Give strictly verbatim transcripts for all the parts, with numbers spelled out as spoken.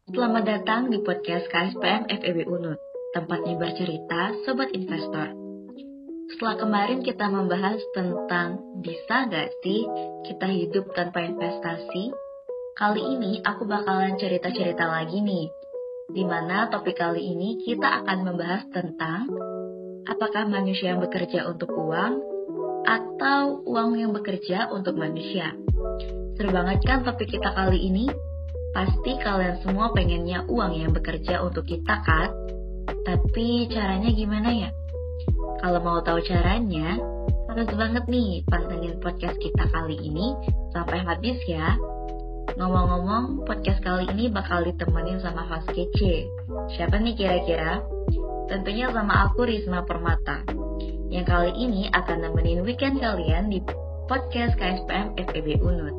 Selamat datang di podcast K S P M F E B Unut, tempatnya bercerita Sobat Investor. Setelah kemarin kita membahas tentang bisa gak sih kita hidup tanpa investasi, kali ini aku bakalan cerita-cerita lagi nih, dimana topik kali ini kita akan membahas tentang apakah manusia yang bekerja untuk uang atau uang yang bekerja untuk manusia. Seru banget kan topik kita kali ini? Pasti kalian semua pengennya uang yang bekerja untuk kita kan? Tapi caranya gimana ya? Kalau mau tahu caranya, harus banget nih pantengin podcast kita kali ini sampai habis ya. Ngomong-ngomong, podcast kali ini bakal ditemenin sama host kece. Siapa nih kira-kira? Tentunya sama aku, Risma Permata, yang kali ini akan nemenin weekend kalian di podcast K S P M F E B Unut.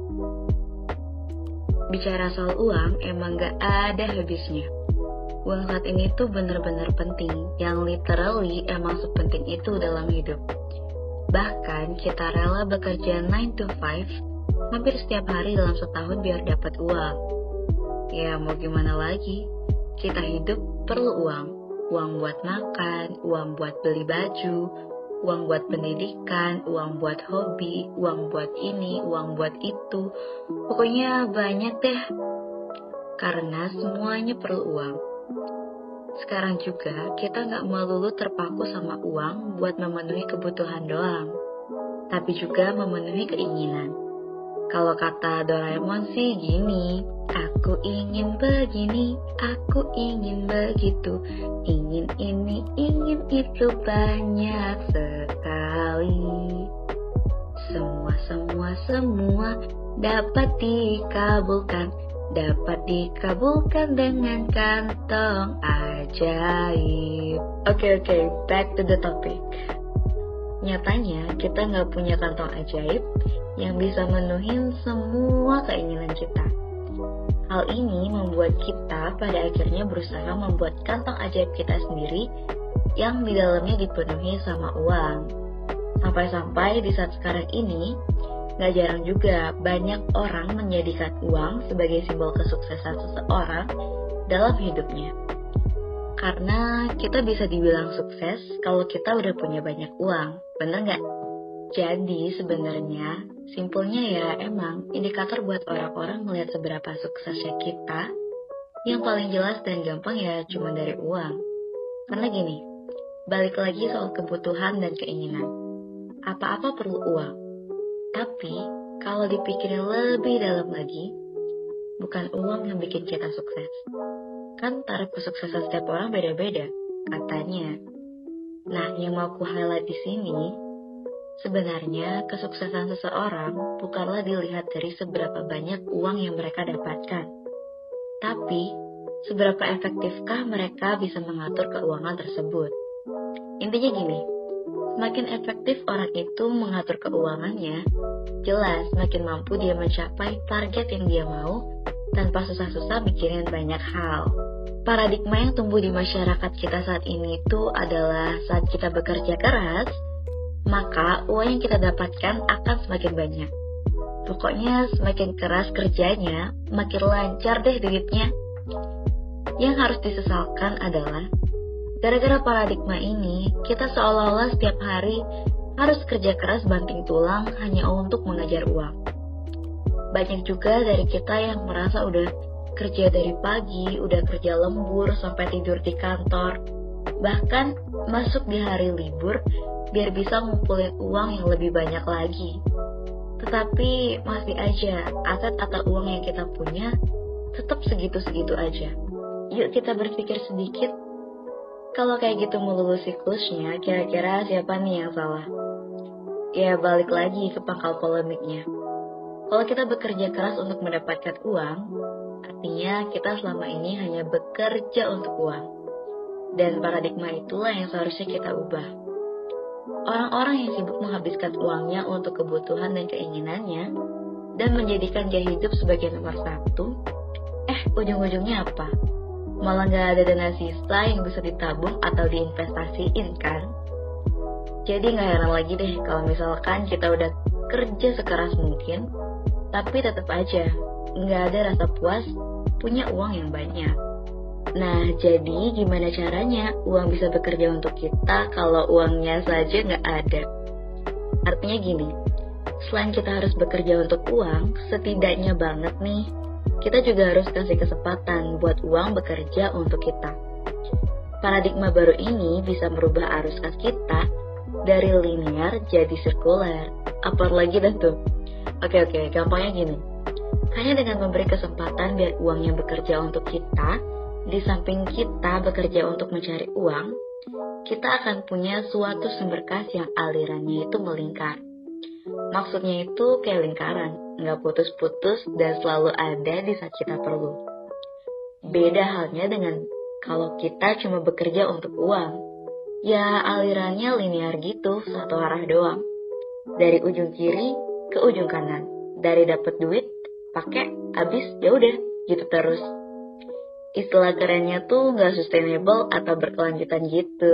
Bicara soal uang emang gak ada habisnya. Uang saat ini tuh bener-bener penting, yang literally emang sepenting itu dalam hidup. Bahkan kita rela bekerja nine to five hampir setiap hari dalam setahun biar dapat uang. Ya mau gimana lagi, kita hidup perlu uang. Uang buat makan, uang buat beli baju, uang buat pendidikan, uang buat hobi, uang buat ini, uang buat itu. Pokoknya banyak deh. Karena semuanya perlu uang. Sekarang juga kita gak melulu terpaku sama uang buat memenuhi kebutuhan doang, tapi juga memenuhi keinginan. Kalau kata Doraemon sih gini, aku ingin begini, aku ingin begitu, ingin ini, ingin itu banyak sekali. Semua, semua, semua dapat dikabulkan, dapat dikabulkan dengan kantong ajaib. Oke, oke, back to the topic. Nyatanya kita nggak punya kantong ajaib yang bisa menuhin semua keinginan kita. Hal ini membuat kita pada akhirnya berusaha membuat kantong ajaib kita sendiri yang di dalamnya dipenuhi sama uang. Sampai-sampai di saat sekarang ini, gak jarang juga banyak orang menjadikan uang sebagai simbol kesuksesan seseorang dalam hidupnya. Karena kita bisa dibilang sukses kalau kita udah punya banyak uang, bener gak? Jadi sebenarnya simpelnya ya emang indikator buat orang-orang melihat seberapa suksesnya kita, yang paling jelas dan gampang ya cuma dari uang. Karena gini, balik lagi soal kebutuhan dan keinginan. Apa-apa perlu uang. Tapi kalau dipikirin lebih dalam lagi, bukan uang yang bikin kita sukses. Kan taraf kesuksesan setiap orang beda-beda, katanya. Nah, yang mau aku highlight di sini, sebenarnya kesuksesan seseorang bukanlah dilihat dari seberapa banyak uang yang mereka dapatkan, tapi seberapa efektifkah mereka bisa mengatur keuangan tersebut. Intinya gini, semakin efektif orang itu mengatur keuangannya, jelas semakin mampu dia mencapai target yang dia mau tanpa susah-susah mikirin banyak hal. Paradigma yang tumbuh di masyarakat kita saat ini itu adalah saat kita bekerja keras, maka uang yang kita dapatkan akan semakin banyak. Pokoknya semakin keras kerjanya, makin lancar deh duitnya. Yang harus disesalkan adalah gara-gara paradigma ini, kita seolah-olah setiap hari harus kerja keras banting tulang hanya untuk mengejar uang. Banyak juga dari kita yang merasa udah kerja dari pagi, udah kerja lembur sampai tidur di kantor, bahkan masuk di hari libur biar bisa ngumpulin uang yang lebih banyak lagi. Tetapi masih aja aset atau uang yang kita punya tetap segitu-segitu aja. Yuk kita berpikir sedikit, kalau kayak gitu melulu siklusnya, kira-kira siapa nih yang salah? Ya balik lagi ke pangkal polemiknya. Kalau kita bekerja keras untuk mendapatkan uang, artinya kita selama ini hanya bekerja untuk uang. Dan paradigma itulah yang seharusnya kita ubah. Orang-orang yang sibuk menghabiskan uangnya untuk kebutuhan dan keinginannya, dan menjadikan gaya hidup sebagai nomor satu, eh ujung-ujungnya apa? Malah gak ada dana sisa yang bisa ditabung atau diinvestasiin kan? Jadi gak heran lagi deh kalau misalkan kita udah kerja sekeras mungkin, tapi tetap aja gak ada rasa puas punya uang yang banyak. Nah, jadi gimana caranya uang bisa bekerja untuk kita kalau uangnya saja nggak ada? Artinya gini, selain kita harus bekerja untuk uang, setidaknya banget nih, kita juga harus kasih kesempatan buat uang bekerja untuk kita. Paradigma baru ini bisa merubah arus kas kita dari linear jadi sirkuler. Apalagi dah tuh. Oke oke, gampangnya gini. Hanya dengan memberi kesempatan biar uangnya bekerja untuk kita, di samping kita bekerja untuk mencari uang, kita akan punya suatu sumber kas yang alirannya itu melingkar. Maksudnya itu kayak lingkaran, nggak putus-putus dan selalu ada di saat kita perlu. Beda halnya dengan kalau kita cuma bekerja untuk uang. Ya alirannya linear gitu, satu arah doang. Dari ujung kiri ke ujung kanan. Dari dapat duit, pakai, habis, ya udah, gitu terus. Istilah kerennya tuh nggak sustainable atau berkelanjutan gitu.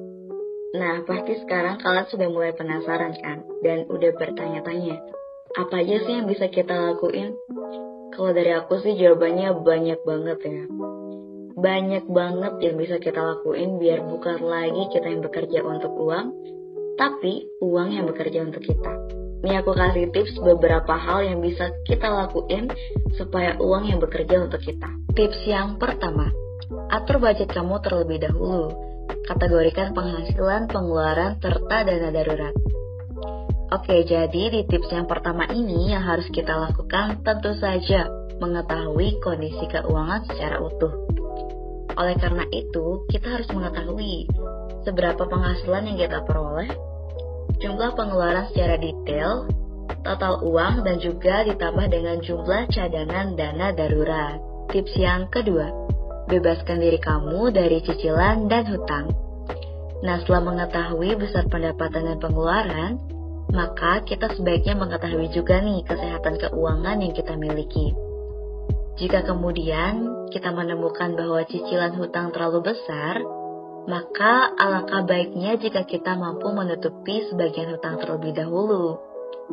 Nah, pasti sekarang kalian sudah mulai penasaran kan? Dan udah bertanya-tanya, apa aja sih yang bisa kita lakuin? Kalau dari aku sih jawabannya banyak banget ya. Banyak banget yang bisa kita lakuin biar bukan lagi kita yang bekerja untuk uang, tapi uang yang bekerja untuk kita. Nih aku kasih tips beberapa hal yang bisa kita lakuin supaya uang yang bekerja untuk kita. Tips yang pertama, atur budget kamu terlebih dahulu. Kategorikan penghasilan, pengeluaran, serta dana darurat. Oke, jadi di tips yang pertama ini yang harus kita lakukan tentu saja mengetahui kondisi keuangan secara utuh. Oleh karena itu, kita harus mengetahui seberapa penghasilan yang kita peroleh, jumlah pengeluaran secara detail, total uang, dan juga ditambah dengan jumlah cadangan dana darurat. Tips yang kedua, bebaskan diri kamu dari cicilan dan hutang. Nah, setelah mengetahui besar pendapatan dan pengeluaran, maka kita sebaiknya mengetahui juga nih kesehatan keuangan yang kita miliki. Jika kemudian kita menemukan bahwa cicilan hutang terlalu besar, maka alangkah baiknya jika kita mampu menutupi sebagian hutang terlebih dahulu,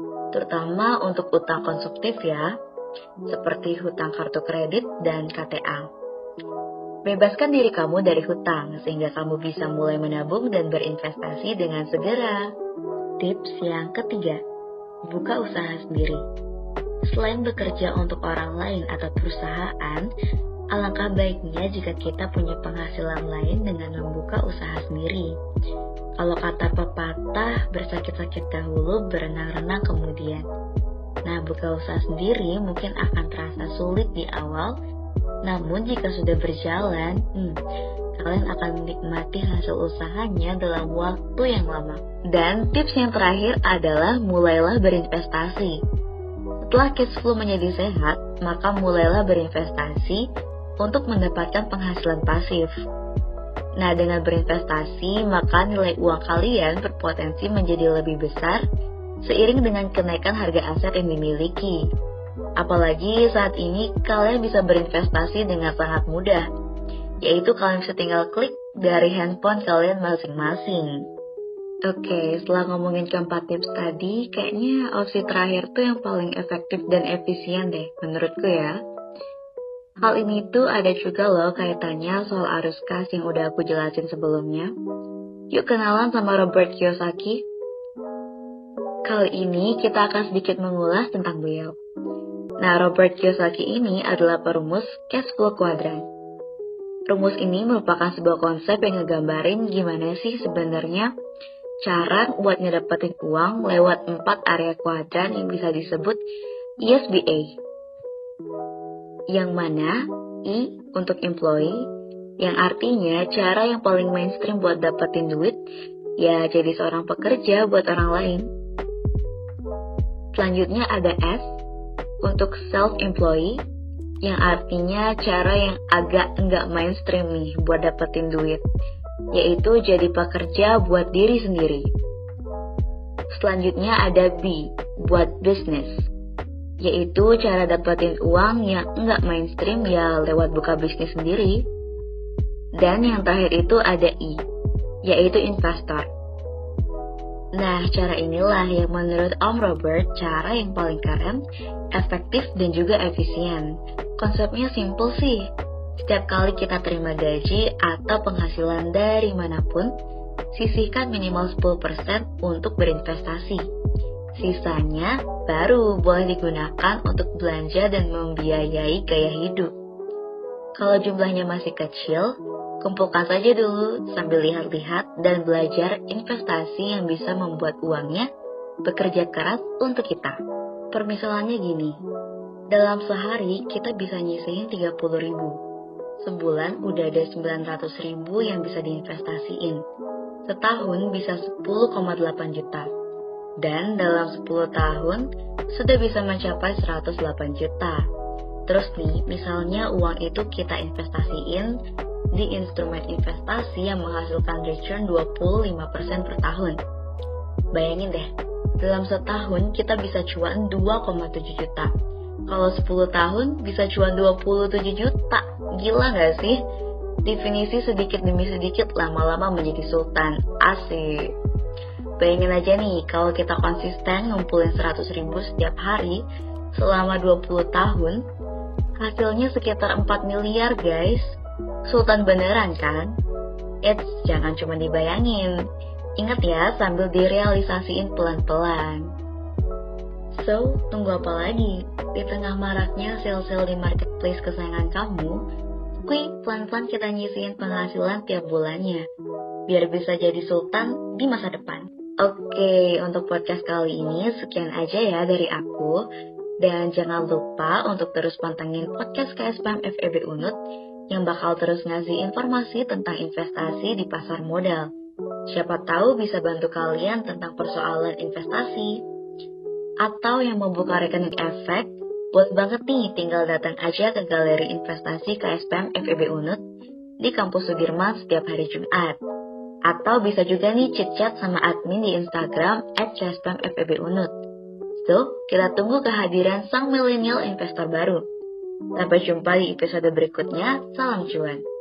terutama untuk hutang konsumtif ya, seperti hutang kartu kredit dan K T A. Bebaskan diri kamu dari hutang, sehingga kamu bisa mulai menabung dan berinvestasi dengan segera. Tips yang ketiga, buka usaha sendiri. Selain bekerja untuk orang lain atau perusahaan, alangkah baiknya jika kita punya penghasilan lain dengan membuka usaha sendiri. Kalau kata pepatah, bersakit-sakit dahulu, berenang-renang kemudian. Nah, buka usaha sendiri mungkin akan terasa sulit di awal, namun jika sudah berjalan, hmm, kalian akan menikmati hasil usahanya dalam waktu yang lama. Dan tips yang terakhir adalah mulailah berinvestasi. Setelah cash flow menjadi sehat, maka mulailah berinvestasi untuk mendapatkan penghasilan pasif. Nah, dengan berinvestasi, maka nilai uang kalian berpotensi menjadi lebih besar seiring dengan kenaikan harga aset yang dimiliki. Apalagi saat ini kalian bisa berinvestasi dengan sangat mudah, yaitu kalian bisa tinggal klik dari handphone kalian masing-masing. Oke, setelah ngomongin keempat tips tadi, kayaknya opsi terakhir tuh yang paling efektif dan efisien deh, menurutku ya. Hal ini tuh ada juga loh kaitannya soal arus kas yang udah aku jelasin sebelumnya. Yuk kenalan sama Robert Kiyosaki. Kali ini kita akan sedikit mengulas tentang beliau. Nah, Robert Kiyosaki ini adalah perumus cash flow quadrant. Rumus ini merupakan sebuah konsep yang ngegambarin gimana sih sebenarnya cara buat ngedapetin uang lewat empat area kuadran yang bisa disebut E S B A. Yang mana E untuk employee, yang artinya cara yang paling mainstream buat dapetin duit, ya jadi seorang pekerja buat orang lain. Selanjutnya ada S untuk self-employee, yang artinya cara yang agak enggak mainstream nih buat dapetin duit, yaitu jadi pekerja buat diri sendiri. Selanjutnya ada B, buat bisnis, yaitu cara dapetin uang yang enggak mainstream ya lewat buka bisnis sendiri. Dan yang terakhir itu ada I, yaitu investor. Nah, cara inilah yang menurut Om Robert cara yang paling keren, efektif dan juga efisien. Konsepnya simple sih. Setiap kali kita terima gaji atau penghasilan dari manapun, sisihkan minimal sepuluh persen untuk berinvestasi. Sisanya baru boleh digunakan untuk belanja dan membiayai gaya hidup. Kalau jumlahnya masih kecil, kumpulkan saja dulu sambil lihat-lihat dan belajar investasi yang bisa membuat uangnya bekerja keras untuk kita. Permisalannya gini, dalam sehari kita bisa nyisihin tiga puluh ribu. Sebulan udah ada sembilan ratus ribu yang bisa diinvestasiin. Setahun bisa sepuluh koma delapan juta. Dan dalam sepuluh tahun sudah bisa mencapai seratus delapan juta. Terus nih, misalnya uang itu kita investasiin di instrumen investasi yang menghasilkan return dua puluh lima persen per tahun. Bayangin deh, dalam setahun kita bisa cuan dua koma tujuh juta. Kalau sepuluh tahun bisa cuan dua puluh tujuh juta. Gila gak sih? Definisi sedikit demi sedikit lama-lama menjadi sultan. Asik. Bayangin aja nih, kalau kita konsisten ngumpulin seratus ribu setiap hari selama dua puluh tahun, hasilnya sekitar empat miliar guys. Sultan beneran kan? Eits, jangan cuma dibayangin. Ingat ya, sambil direalisasiin pelan-pelan. So, tunggu apa lagi? Di tengah maraknya sale-sale di marketplace kesayangan kamu, quick, pelan-pelan kita nyisihin penghasilan tiap bulannya, biar bisa jadi sultan di masa depan. Oke, untuk podcast kali ini sekian aja ya dari aku. Dan jangan lupa untuk terus pantengin podcast K S P M F E B Unut yang bakal terus ngasih informasi tentang investasi di pasar modal. Siapa tahu bisa bantu kalian tentang persoalan investasi. Atau yang mau buka rekening efek, buat banget nih tinggal datang aja ke Galeri Investasi K S P M F E B Unut di Kampus Sudirman setiap hari Jumat. Atau bisa juga nih chit-chat sama admin di Instagram at k s p m f e b unut. So, kita tunggu kehadiran sang milenial investor baru. Sampai jumpa di episode berikutnya. Salam cuan.